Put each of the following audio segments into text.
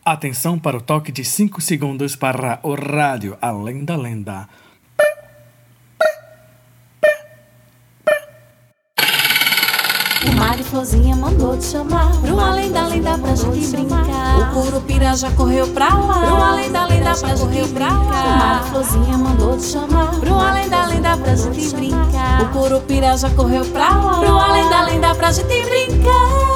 Atenção para o toque de 5 segundos para o rádio Além da Lenda. O Mário Florzinha mandou te chamar pro Além da Lenda pra gente brincar. O Curupira já correu pra lá pro Além da Lenda pra gente brincar. O Mário Florzinha mandou te chamar pro Além da Lenda pra gente brincar. O Curupira já correu pra lá pro Além da Lenda pra gente brincar.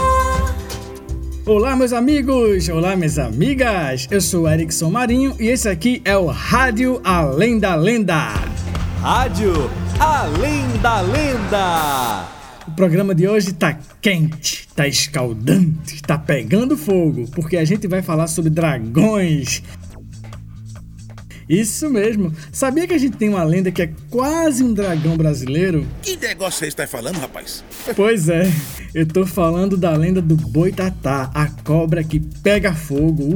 Olá, meus amigos! Olá, minhas amigas! Eu sou Erickson Marinho e esse aqui é o Rádio Além da Lenda. Rádio Além da Lenda. O programa de hoje tá quente, tá escaldante, tá pegando fogo, porque a gente vai falar sobre dragões. Isso mesmo. Sabia que a gente tem uma lenda que é quase um dragão brasileiro? Que negócio você está falando, rapaz? Pois é, eu tô falando da lenda do Boitatá, a cobra que pega fogo.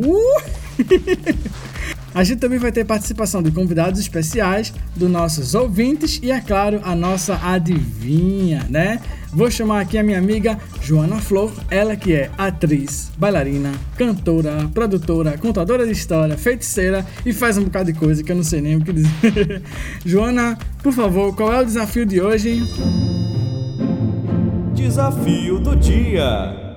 A gente também vai ter participação de convidados especiais, dos nossos ouvintes e, é claro, a nossa adivinha, né? Vou chamar aqui a minha amiga Joana Flor, ela que é atriz, bailarina, cantora, produtora, contadora de história, feiticeira e faz um bocado de coisa que eu não sei nem o que dizer. Joana, por favor, qual é o desafio de hoje? Desafio do dia.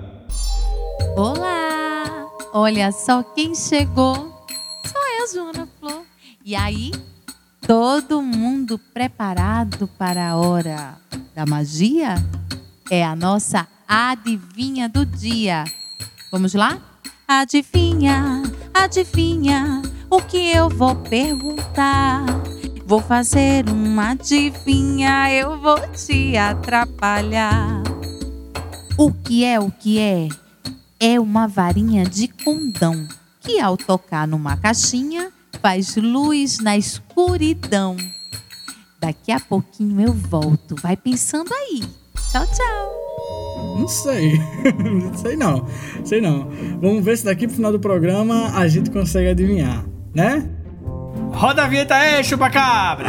Olá! Olha só quem chegou. Sou eu, Joana Flor. E aí, todo mundo preparado para a hora da magia? É a nossa adivinha do dia. Vamos lá? Adivinha, adivinha o que eu vou perguntar. Vou fazer uma adivinha, eu vou te atrapalhar. O que é? É uma varinha de condão que ao tocar numa caixinha faz luz na escuridão. Daqui a pouquinho eu volto. Vai pensando aí. Tchau, tchau. Não sei. Sei não. Vamos ver se daqui pro final do programa a gente consegue adivinhar, né? Roda a vinheta aí, chupacabra!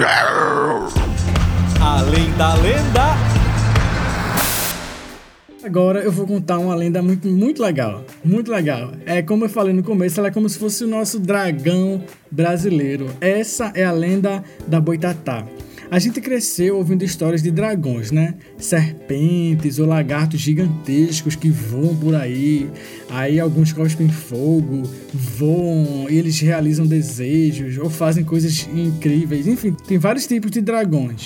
Além da Lenda. Agora eu vou contar uma lenda muito legal. Muito legal. É como eu falei no começo, ela é como se fosse o nosso dragão brasileiro. Essa é a lenda da Boitatá. A gente cresceu ouvindo histórias de dragões, né? Serpentes ou lagartos gigantescos que voam por aí. Aí alguns cospem fogo, voam e eles realizam desejos ou fazem coisas incríveis. Enfim, tem vários tipos de dragões.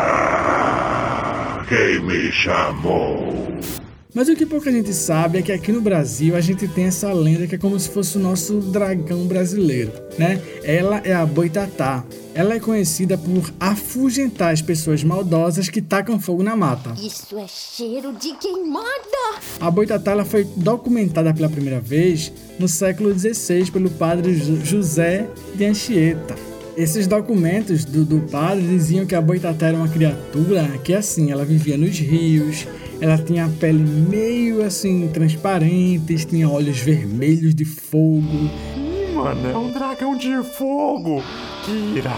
Quem me chamou? Mas o que pouca gente sabe é que aqui no Brasil a gente tem essa lenda que é como se fosse o nosso dragão brasileiro, né? Ela é a Boitatá. Ela é conhecida por afugentar as pessoas maldosas que tacam fogo na mata. Isso é cheiro de queimada! A Boitatá ela foi documentada pela primeira vez no século XVI pelo padre José de Anchieta. Esses documentos do padre diziam que a Boitatá era uma criatura que, assim, ela vivia nos rios, ela tinha a pele meio, assim, transparente, tinha olhos vermelhos de fogo. Mano, é um dragão de fogo! Que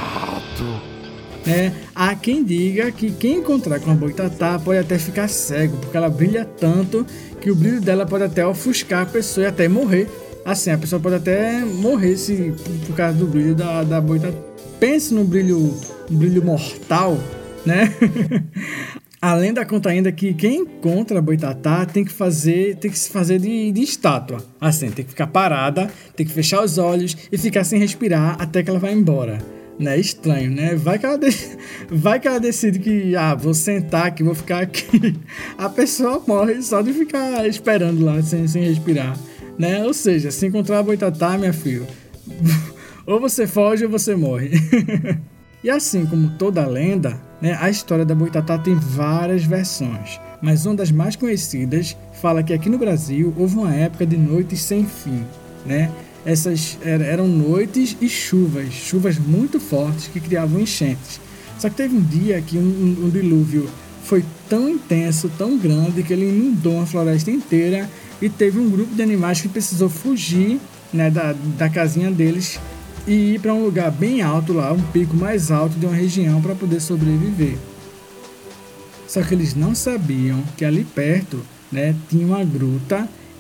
irado! Há quem diga que quem encontrar com a Boitatá pode até ficar cego, porque ela brilha tanto que o brilho dela pode até ofuscar a pessoa e até morrer. Assim, a pessoa pode até morrer por causa do brilho da Boitatá. Pense no brilho mortal, né? A lenda conta ainda que quem encontra a Boitatá tem que se fazer de estátua. Assim, tem que ficar parada, tem que fechar os olhos e ficar sem respirar até que ela vai embora. Né? Estranho, né? Vai que ela decide que, vou sentar aqui, vou ficar aqui. A pessoa morre só de ficar esperando lá, sem respirar. Né? Ou seja, se encontrar a Boitatá, minha filha, ou você foge ou você morre. E assim como toda lenda, né, a história da Boitatá tem várias versões, mas uma das mais conhecidas fala que aqui no Brasil houve uma época de noites sem fim, né? Essas eram noites e chuvas muito fortes que criavam enchentes. Só que teve um dia que um dilúvio foi tão intenso, tão grande, que ele inundou uma floresta inteira e teve um grupo de animais que precisou fugir, né, da casinha deles e ir para um lugar bem alto lá, um pico mais alto de uma região para poder sobreviver. Só que eles não sabiam que ali perto, né, tinha uma gruta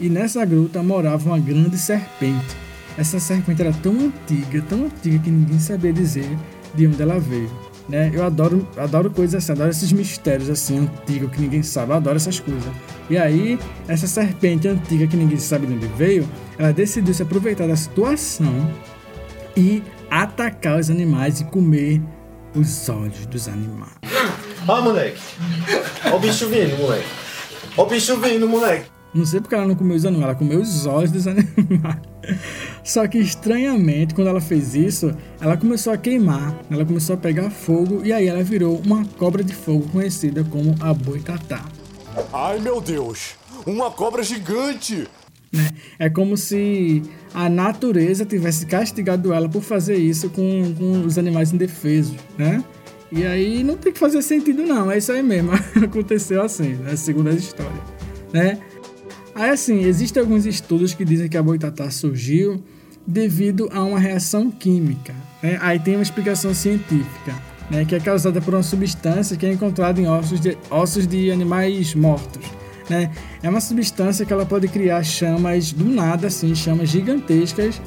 e nessa gruta morava uma grande serpente. Essa serpente era tão antiga que ninguém sabia dizer de onde ela veio, né? Eu adoro coisas assim, adoro esses mistérios assim, antigos que ninguém sabe, eu adoro essas coisas. E aí, essa serpente antiga que ninguém sabe de onde veio, ela decidiu se aproveitar da situação e atacar os animais e comer os olhos dos animais. Ó, moleque. Ó o bicho vindo, moleque. Ó o bicho vindo, moleque. Não sei porque ela não comeu os animais, ela comeu os olhos dos animais. Só que estranhamente, quando ela fez isso, ela começou a queimar, ela começou a pegar fogo e aí ela virou uma cobra de fogo conhecida como a boitatá. Ai, meu Deus! Uma cobra gigante! Né? É como se a natureza tivesse castigado ela por fazer isso com os animais indefesos, né? E aí não tem que fazer sentido não, é isso aí mesmo, aconteceu assim, né? Segundo as histórias, né? Aí assim, existem alguns estudos que dizem que a boitatá surgiu devido a uma reação química, né? Aí tem uma explicação científica, né? Que é causada por uma substância que é encontrada em ossos de animais mortos, né? É uma substância que ela pode criar chamas do nada, assim, chamas gigantescas,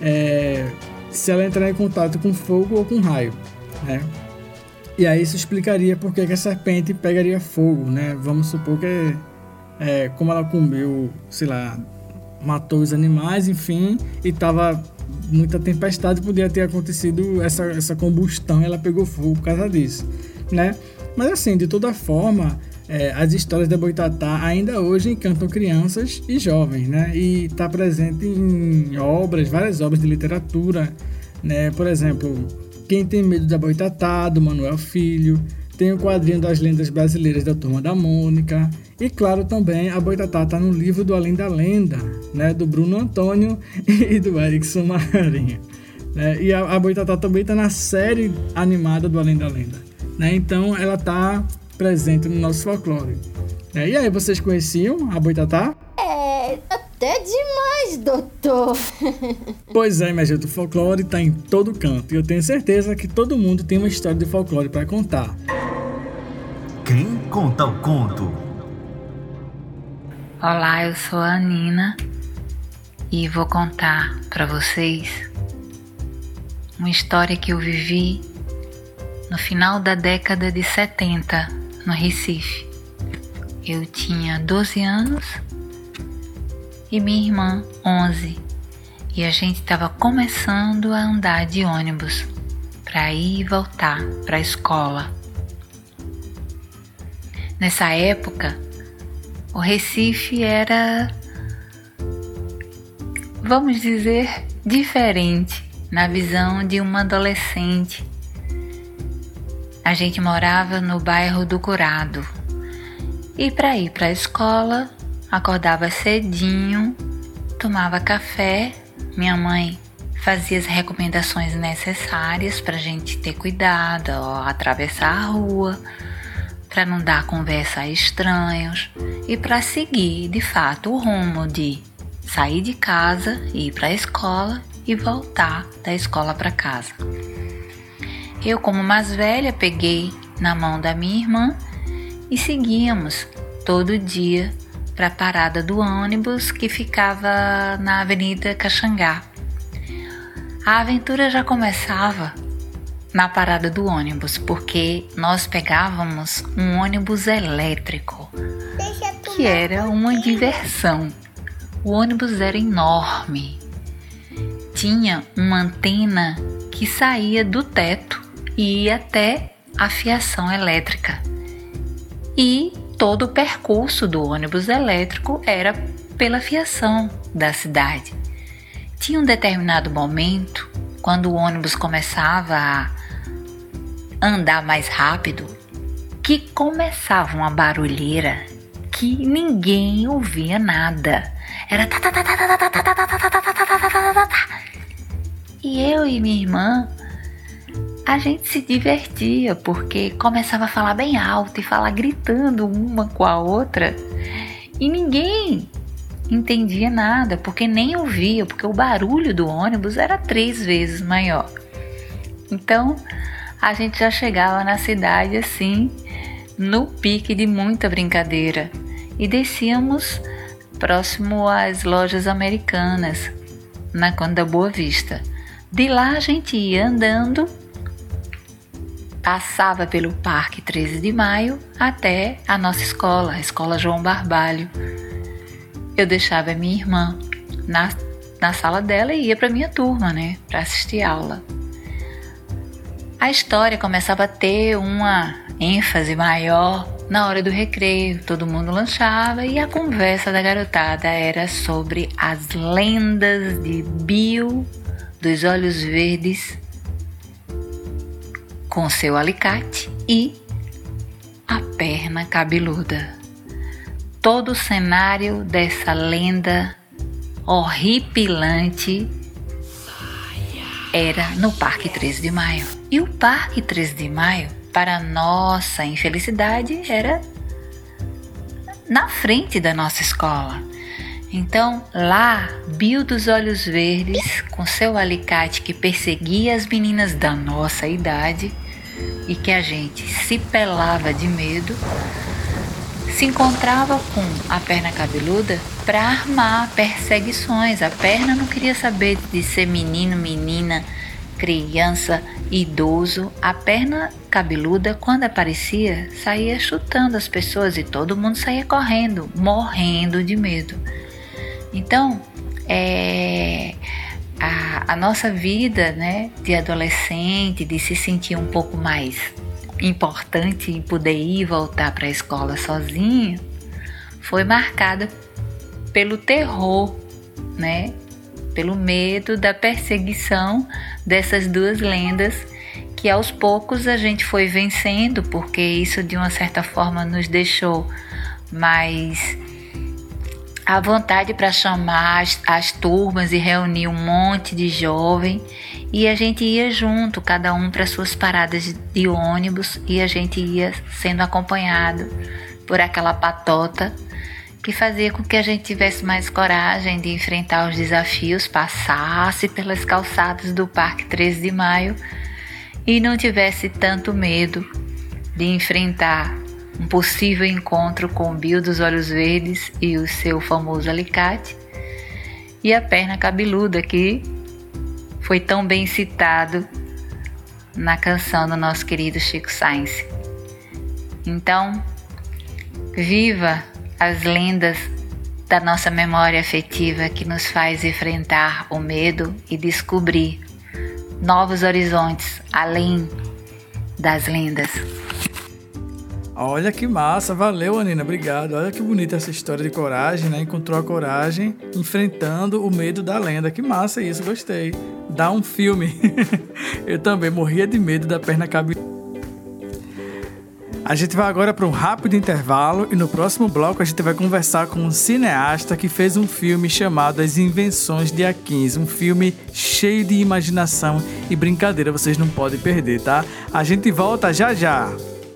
se ela entrar em contato com fogo ou com raio, né? E aí isso explicaria por que a serpente pegaria fogo, né? Vamos supor que como ela comeu, sei lá, matou os animais, enfim, e tava muita tempestade, podia ter acontecido essa combustão e ela pegou fogo por causa disso, né? Mas assim, de toda forma, as histórias da boitatá ainda hoje encantam crianças e jovens, né? E está presente em várias obras de literatura, né? Por exemplo, Quem Tem Medo da Boitatá, do Manuel Filho, tem o quadrinho das lendas brasileiras da Turma da Mônica, e claro também a boitatá está no livro do Além da Lenda, né? Do Bruno Antônio e do Erickson Marinho, né? E a boitatá também está na série animada do Além da Lenda, né? Então ela está presente no nosso folclore. E aí, vocês conheciam a boitatá? Até demais, doutor. Pois é, minha gente, o folclore está em todo canto e eu tenho certeza que todo mundo tem uma história de folclore para contar. Quem conta o conto? Olá, eu sou a Nina e vou contar para vocês uma história que eu vivi no final da década de 70 no Recife. Eu tinha 12 anos e minha irmã 11 e a gente estava começando a andar de ônibus para ir e voltar para a escola. Nessa época, o Recife era, vamos dizer, diferente na visão de uma adolescente. A gente morava no bairro do Curado e para ir para a escola, acordava cedinho, tomava café, minha mãe fazia as recomendações necessárias para a gente ter cuidado ao atravessar a rua, para não dar conversa a estranhos e para seguir, de fato, o rumo de sair de casa, ir para a escola e voltar da escola para casa. Eu, como mais velha, peguei na mão da minha irmã e seguíamos todo dia para a parada do ônibus que ficava na Avenida Caxangá. A aventura já começava na parada do ônibus, porque nós pegávamos um ônibus elétrico, que era uma diversão. O ônibus era enorme, tinha uma antena que saía do teto e ia até a fiação elétrica. E todo o percurso do ônibus elétrico era pela fiação da cidade. Tinha um determinado momento, quando o ônibus começava a andar mais rápido, que começava uma barulheira que ninguém ouvia nada. Era e eu e minha irmã, a gente se divertia porque começava a falar bem alto e falar gritando uma com a outra e ninguém entendia nada, porque nem ouvia, porque o barulho do ônibus era 3 vezes maior. Então a gente já chegava na cidade assim, no pique de muita brincadeira, e descíamos próximo às lojas americanas, na Conde da Boa Vista. De lá a gente ia andando, passava pelo Parque 13 de Maio até a nossa escola, a Escola João Barbalho. Eu deixava a minha irmã na sala dela e ia para minha turma, né, para assistir aula. A história começava a ter uma ênfase maior na hora do recreio, todo mundo lanchava e a conversa da garotada era sobre as lendas de Bio dos Olhos Verdes com seu alicate e a perna cabeluda. Todo o cenário dessa lenda horripilante era no Parque 13 de Maio. E o Parque 13 de Maio, para nossa infelicidade, era na frente da nossa escola. Então, lá, Bio dos Olhos Verdes, com seu alicate que perseguia as meninas da nossa idade e que a gente se pelava de medo, se encontrava com a perna cabeluda para armar perseguições. A perna não queria saber de ser menino, menina, criança, idoso. A perna cabeluda, quando aparecia, saía chutando as pessoas e todo mundo saía correndo, morrendo de medo. Então, a nossa vida, né, de adolescente, de se sentir um pouco mais importante e poder ir e voltar para a escola sozinho, foi marcada pelo terror, né? Pelo medo da perseguição dessas duas lendas que aos poucos a gente foi vencendo, porque isso de uma certa forma nos deixou mais à vontade para chamar as turmas e reunir um monte de jovem, e a gente ia junto, cada um para suas paradas de ônibus, e a gente ia sendo acompanhado por aquela patota que fazia com que a gente tivesse mais coragem de enfrentar os desafios, passasse pelas calçadas do Parque 13 de Maio e não tivesse tanto medo de enfrentar um possível encontro com o Bio dos Olhos Verdes e o seu famoso alicate, e a perna cabeluda, que foi tão bem citado na canção do nosso querido Chico Science. Então, viva as lendas da nossa memória afetiva que nos faz enfrentar o medo e descobrir novos horizontes além das lendas. Olha que massa, valeu, Anina, obrigado. Olha que bonita essa história de coragem, né? Encontrou a coragem enfrentando o medo da lenda. Que massa isso, gostei. Dá um filme. Eu também morria de medo da perna cabeluda. A gente vai agora para um rápido intervalo e no próximo bloco a gente vai conversar com um cineasta que fez um filme chamado As Invenções de A15, um filme cheio de imaginação e brincadeira, vocês não podem perder, tá? A gente volta já já.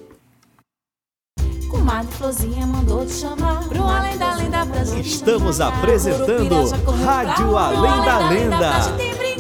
Comadre Flozinha mandou te chamar pro Além da Lenda pra gente Estamos apresentando Rádio Além da Lenda.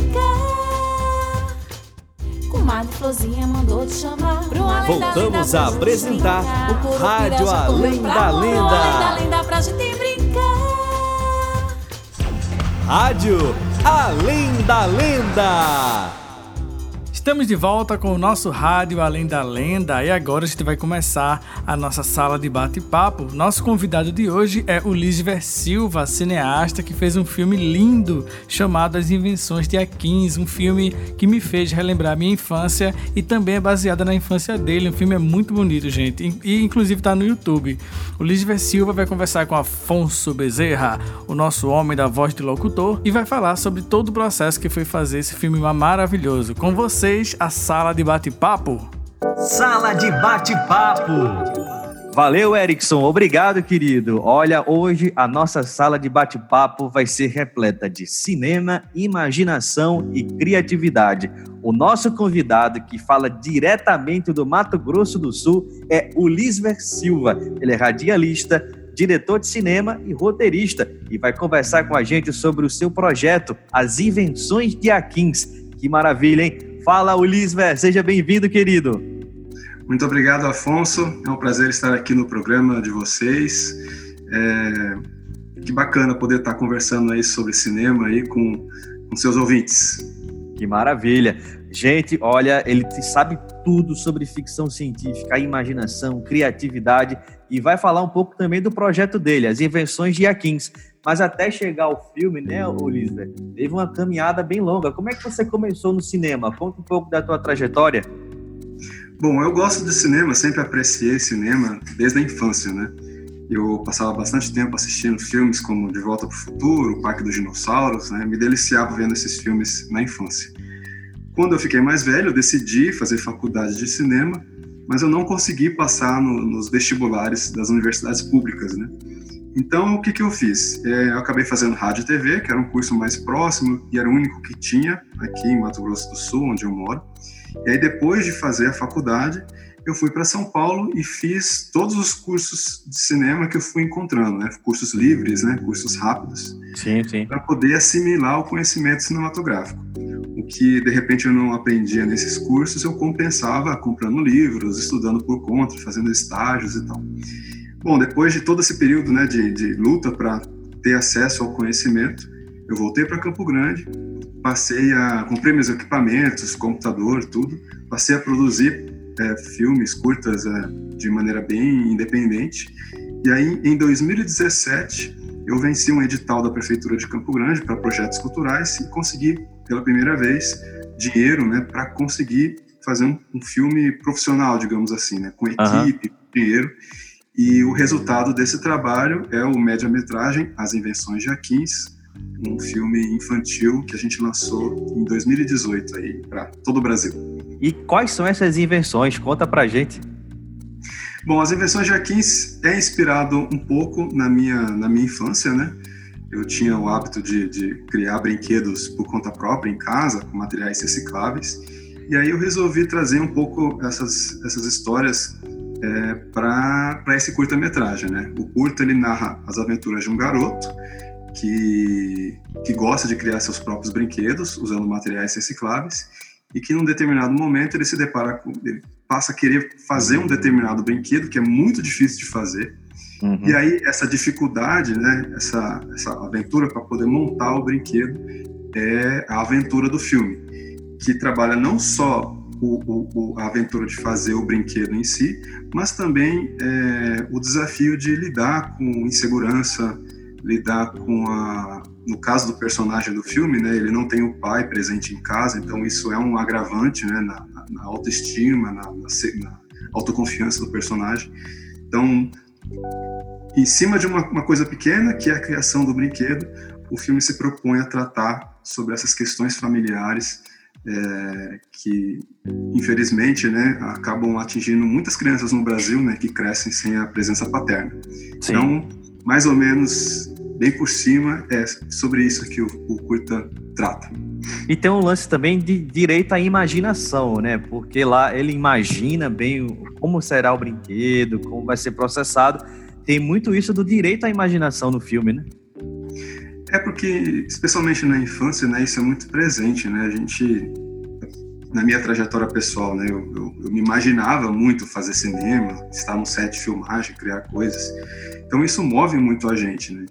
Comadre Flozinha mandou te chamar pro Além da Lenda. Voltamos a apresentar Rádio Além da Lenda. Além da Lenda pra gente brincar. Rádio Além da Lenda. Estamos de volta com o nosso Rádio Além da Lenda e agora a gente vai começar a nossa sala de bate-papo. Nosso convidado de hoje é o Lisver Silva, cineasta que fez um filme lindo chamado As Invenções de A15, um filme que me fez relembrar minha infância e também é baseado na infância dele. O filme é muito bonito, gente, e inclusive está no YouTube. O Lisver Silva vai conversar com Afonso Bezerra, o nosso homem da voz de locutor, e vai falar sobre todo o processo que foi fazer esse filme maravilhoso. Com vocês, a sala de bate-papo. Sala de bate-papo. Valeu, Erickson. Obrigado, querido. Olha, hoje a nossa sala de bate-papo vai ser repleta de cinema, imaginação e criatividade. O nosso convidado, que fala diretamente do Mato Grosso do Sul, é o Lisver Silva. Ele é radialista, diretor de cinema e roteirista, e vai conversar com a gente sobre o seu projeto, As Invenções de A15. Que maravilha, hein? Fala, Lisver, seja bem-vindo, querido. Muito obrigado, Afonso. É um prazer estar aqui no programa de vocês. que bacana poder estar conversando aí sobre cinema aí com seus ouvintes. Que maravilha. Gente, olha, ele sabe tudo sobre ficção científica, imaginação, criatividade, e vai falar um pouco também do projeto dele, As Invenções de Jacquins. Mas até chegar ao filme, né, Lisbeth, teve uma caminhada bem longa. Como é que você começou no cinema? Conta um pouco da tua trajetória. Bom, eu gosto de cinema, sempre apreciei cinema desde a infância, né? Eu passava bastante tempo assistindo filmes como De Volta para o Futuro, O Parque dos Dinossauros, né? Me deliciava vendo esses filmes na infância. Quando eu fiquei mais velho, eu decidi fazer faculdade de cinema, mas eu não consegui passar nos vestibulares das universidades públicas, né? Então, o que eu fiz? Eu acabei fazendo rádio e TV, que era um curso mais próximo e era o único que tinha aqui em Mato Grosso do Sul, onde eu moro. E aí, depois de fazer a faculdade, eu fui para São Paulo e fiz todos os cursos de cinema que eu fui encontrando, né? Cursos livres, né? Cursos rápidos, para poder assimilar o conhecimento cinematográfico. O que, de repente, eu não aprendia nesses cursos, eu compensava comprando livros, estudando por conta, fazendo estágios e tal. Bom, depois de todo esse período, né, de luta para ter acesso ao conhecimento, eu voltei para Campo Grande, comprei meus equipamentos, computador, tudo, passei a produzir filmes, curtas, de maneira bem independente. E aí, em 2017, eu venci um edital da Prefeitura de Campo Grande para projetos culturais e consegui, pela primeira vez, dinheiro, né, para conseguir fazer um filme profissional, digamos assim, né, com equipe, dinheiro. E o resultado desse trabalho é o média-metragem As Invenções de Jacquins, um filme infantil que a gente lançou em 2018 aí para todo o Brasil. E quais são essas invenções? Conta pra gente. Bom, As Invenções de Jacquins é inspirado um pouco na minha infância, né? Eu tinha o hábito de criar brinquedos por conta própria em casa, com materiais recicláveis, e aí eu resolvi trazer um pouco essas histórias para esse curta-metragem, né? O curta, ele narra as aventuras de um garoto que gosta de criar seus próprios brinquedos usando materiais recicláveis e que num determinado momento ele passa a querer fazer um determinado brinquedo que é muito difícil de fazer. E aí essa dificuldade, né, essa aventura para poder montar o brinquedo é a aventura do filme, que trabalha não só a aventura de fazer o brinquedo em si, mas também o desafio de lidar com insegurança, lidar com no caso do personagem do filme, né, ele não tem o pai presente em casa, então isso é um agravante, né, na autoestima, na autoconfiança do personagem. Então, em cima de uma coisa pequena, que é a criação do brinquedo, o filme se propõe a tratar sobre essas questões familiares que, infelizmente, né, acabam atingindo muitas crianças no Brasil, né, que crescem sem a presença paterna. Sim. Então, mais ou menos, bem por cima, é sobre isso que o curta trata. E tem um lance também de direito à imaginação, né? Porque lá ele imagina bem como será o brinquedo, como vai ser processado. Tem muito isso do direito à imaginação no filme, né? É porque, especialmente na infância, né, isso é muito presente, né? A gente, na minha trajetória pessoal, né, eu me imaginava muito fazer cinema, estar no set de filmagem, criar coisas. Então isso move muito a gente, né?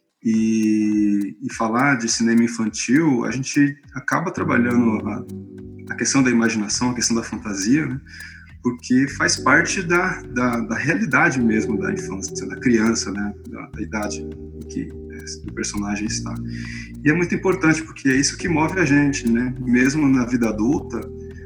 E falar de cinema infantil, a gente acaba trabalhando a questão da imaginação, a questão da fantasia, né? Porque faz parte da realidade mesmo da infância, da criança, né? Da idade em que o personagem está. E é muito importante, porque é isso que move a gente, né? Mesmo na vida adulta,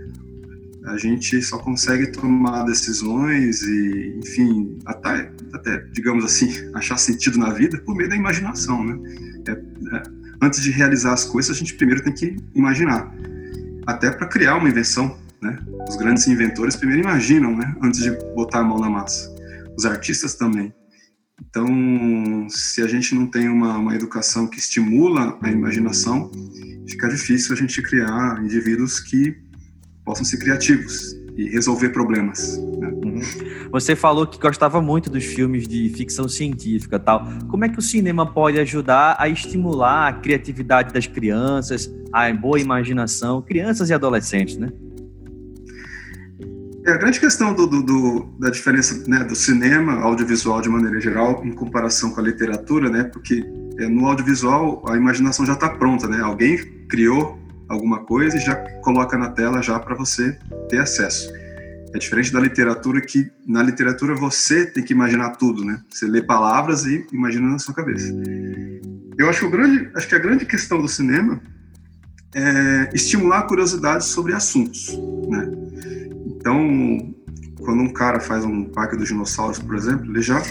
a gente só consegue tomar decisões e, enfim, até digamos assim, achar sentido na vida por meio da imaginação, né? Antes de realizar as coisas, a gente primeiro tem que imaginar, até para criar uma invenção, né? Os grandes inventores primeiro imaginam, né? Antes de botar a mão na massa. Os artistas também. Então, se a gente não tem uma educação que estimula a imaginação, fica difícil a gente criar indivíduos que possam ser criativos e resolver problemas, né? Você falou que gostava muito dos filmes de ficção científica e tal. Como é que o cinema pode ajudar a estimular a criatividade das crianças, a boa imaginação, crianças e adolescentes, né? A grande questão da diferença, né, do cinema, audiovisual de maneira geral, em comparação com a literatura, né, porque no audiovisual a imaginação já está pronta, né, alguém criou alguma coisa e já coloca na tela já para você ter acesso. É diferente da literatura, que na literatura você tem que imaginar tudo, né, você lê palavras e imagina na sua cabeça. Eu acho que a grande questão do cinema é estimular a curiosidade sobre assuntos, né. Então, quando um cara faz um Parque dos Dinossauros, por exemplo, ele já...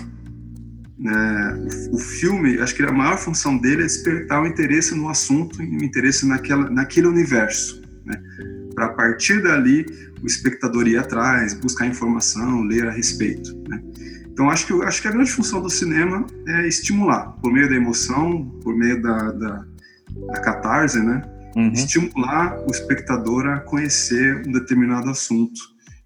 o filme, acho que a maior função dele é despertar o interesse no assunto e o interesse naquele universo, né? Para, a partir dali, o espectador ir atrás, buscar informação, ler a respeito, né? Então, acho que a grande função do cinema é estimular, por meio da emoção, por meio da catarse, né? Estimular o espectador a conhecer um determinado assunto.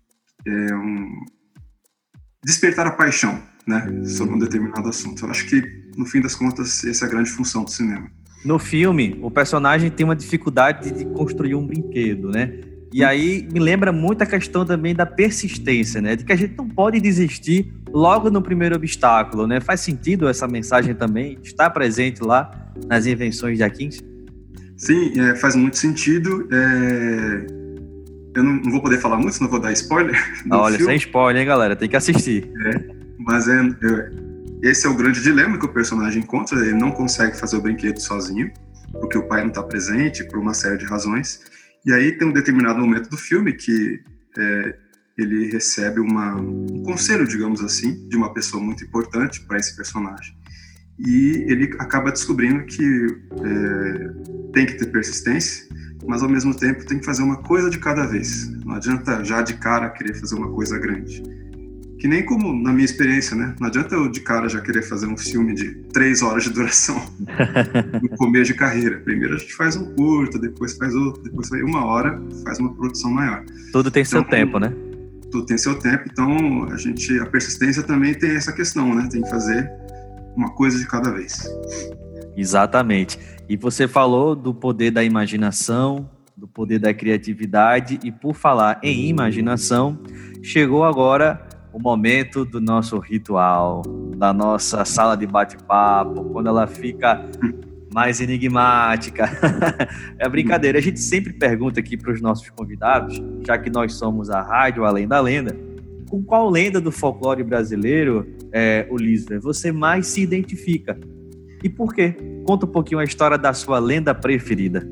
Despertar a paixão, né, sobre um determinado assunto. Eu acho que, no fim das contas, essa é a grande função do cinema. No filme, o personagem tem uma dificuldade de construir um brinquedo, né? E aí me lembra muito a questão também da persistência, né? De que a gente não pode desistir logo no primeiro obstáculo, né? Faz sentido essa mensagem também estar presente lá nas invenções de Akins? Sim, faz muito sentido. Eu não vou poder falar muito, senão vou dar spoiler. Olha, sem spoiler, hein, galera? Tem que assistir. Mas esse é o grande dilema que o personagem encontra. Ele não consegue fazer o brinquedo sozinho, porque o pai não está presente, por uma série de razões. E aí tem um determinado momento do filme que ele recebe um conselho, digamos assim, de uma pessoa muito importante para esse personagem. E ele acaba descobrindo que tem que ter persistência, mas ao mesmo tempo tem que fazer uma coisa de cada vez. Não adianta já de cara querer fazer uma coisa grande. Que nem como na minha experiência, né? Não adianta eu de cara já querer fazer um filme de 3 horas de duração no começo de carreira. Primeiro a gente faz um curto, depois faz outro, depois vai 1 hora, faz uma produção maior. Tudo tem seu tempo, né? Tudo tem seu tempo, então a persistência também tem essa questão, né? Tem que fazer uma coisa de cada vez. Exatamente. E você falou do poder da imaginação, do poder da criatividade, e por falar em imaginação, chegou agora o momento do nosso ritual, da nossa sala de bate-papo, quando ela fica mais enigmática. É brincadeira. A gente sempre pergunta aqui para os nossos convidados, já que nós somos a Rádio Além da Lenda, com qual lenda do folclore brasileiro, Ulisler, você mais se identifica? E por quê? Conta um pouquinho a história da sua lenda preferida.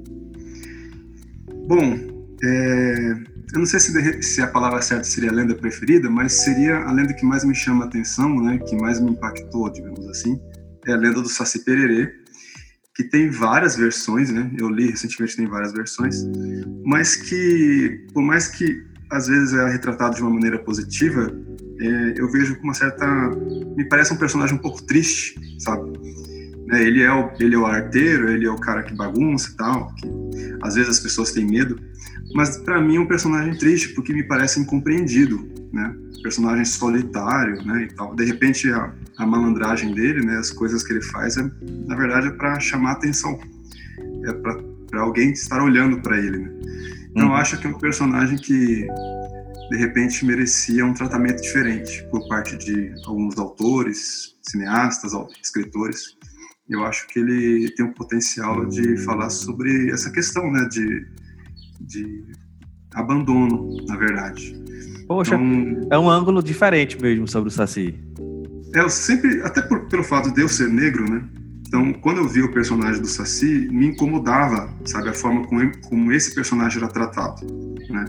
Bom, eu não sei se a palavra certa seria a lenda preferida, mas seria a lenda que mais me chama a atenção, né, que mais me impactou, digamos assim, é a lenda do Saci Pererê, que tem várias versões, né, eu li recentemente, tem várias versões, mas que, por mais que às vezes é retratado de uma maneira positiva, eu vejo com uma certa... me parece um personagem um pouco triste, sabe? Ele é o arteiro, ele é o cara que bagunça e tal, que às vezes as pessoas têm medo, mas para mim é um personagem triste, porque me parece incompreendido, né? Personagem solitário, né, e tal. De repente a malandragem dele, né, as coisas que ele faz, na verdade é para chamar atenção, é para alguém estar olhando para ele, né? Então eu acho que é um personagem que de repente merecia um tratamento diferente por parte de alguns autores, cineastas, escritores. Eu acho que ele tem o potencial de falar sobre essa questão, né, de abandono, na verdade. Poxa, então, é um ângulo diferente mesmo sobre o Saci. Eu sempre, até pelo fato de eu ser negro, né, então quando eu vi o personagem do Saci, me incomodava, sabe, a forma como esse personagem era tratado, né.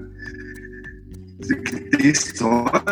Tem história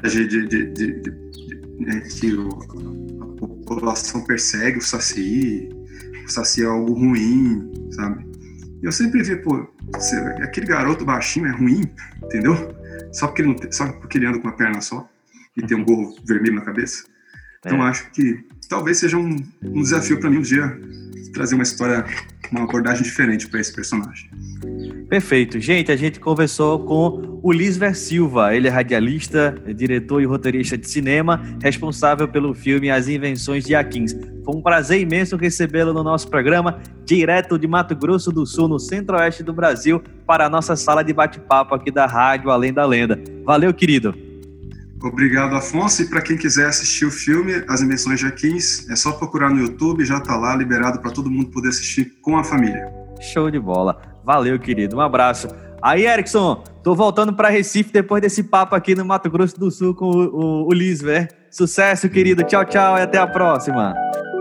que a população persegue o Saci é algo ruim, sabe? E eu sempre vi, aquele garoto baixinho é ruim, entendeu? Só porque ele anda com uma perna só e tem um gorro vermelho na cabeça. Então acho que talvez seja um desafio para mim um dia trazer uma história, uma abordagem diferente para esse personagem. Perfeito. Gente, a gente conversou com Ulisver Silva. Ele é radialista, diretor e roteirista de cinema, responsável pelo filme As Invenções de Aquins. Foi um prazer imenso recebê-lo no nosso programa, direto de Mato Grosso do Sul, no centro-oeste do Brasil, para a nossa sala de bate-papo aqui da Rádio Além da Lenda. Valeu, querido! Obrigado, Afonso. E para quem quiser assistir o filme As Invenções de Aquins, é só procurar no YouTube, já está lá, liberado para todo mundo poder assistir com a família. Show de bola. Valeu, querido. Um abraço. Aí, Erickson, tô voltando para Recife depois desse papo aqui no Mato Grosso do Sul com o Lisver. Sucesso, querido. Tchau, tchau e até a próxima.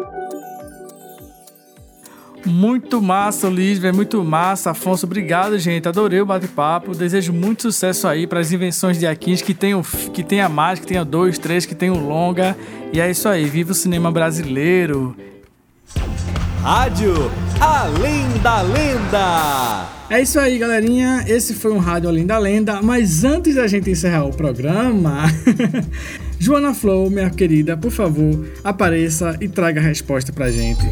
Muito massa, Lisver, muito massa. Afonso, obrigado, gente. Adorei o bate-papo. Desejo muito sucesso aí para As Invenções de Aquins, que tenha mais, que tenha 2, 3, que tenha um longa. E é isso aí. Viva o cinema brasileiro. Rádio Além da Lenda. É isso aí, galerinha. Esse foi um Rádio Além da Lenda. Mas antes da gente encerrar o programa, Joana Flor, minha querida, por favor, apareça e traga a resposta pra gente.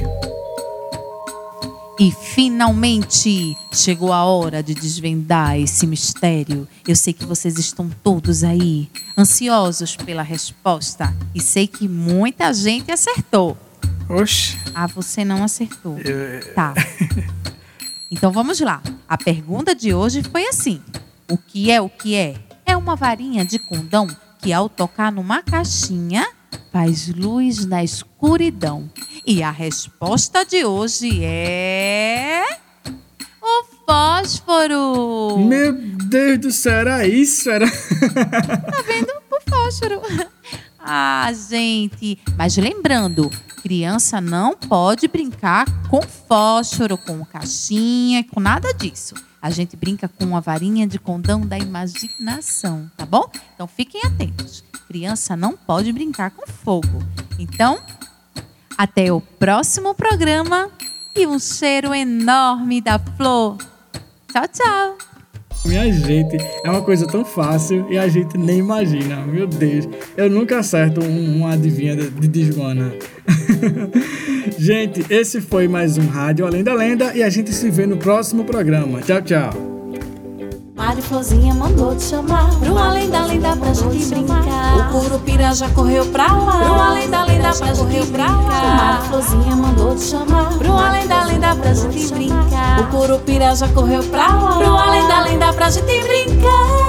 E finalmente chegou a hora de desvendar esse mistério. Eu sei que vocês estão todos aí, ansiosos pela resposta. E sei que muita gente acertou. Oxe. Ah, você não acertou. Tá. Então vamos lá. A pergunta de hoje foi assim. O que é o que é? É uma varinha de condão que ao tocar numa caixinha faz luz na escuridão. E a resposta de hoje é... o fósforo! Meu Deus do céu, era isso? Era... Tá vendo? O fósforo. Ah, gente. Mas lembrando, criança não pode brincar com fósforo, com caixinha, com nada disso. A gente brinca com uma varinha de condão da imaginação, tá bom? Então fiquem atentos. Criança não pode brincar com fogo. Então, até o próximo programa e um cheiro enorme da Flor. Tchau, tchau. Minha gente, é uma coisa tão fácil e a gente nem imagina. Meu Deus, eu nunca acerto uma adivinha de Joana. Gente, esse foi mais um Rádio Além da Lenda e a gente se vê no próximo programa. Tchau, tchau. Mari Florzinha mandou te chamar pro além da lenda pra gente brincar. O Curupira já correu pra lá, pro além da lenda pra gente brincar. Mari Florzinha mandou te chamar pro além da lenda pra gente brincar. O Curupira já correu pra lá, pro além da lenda pra gente brincar.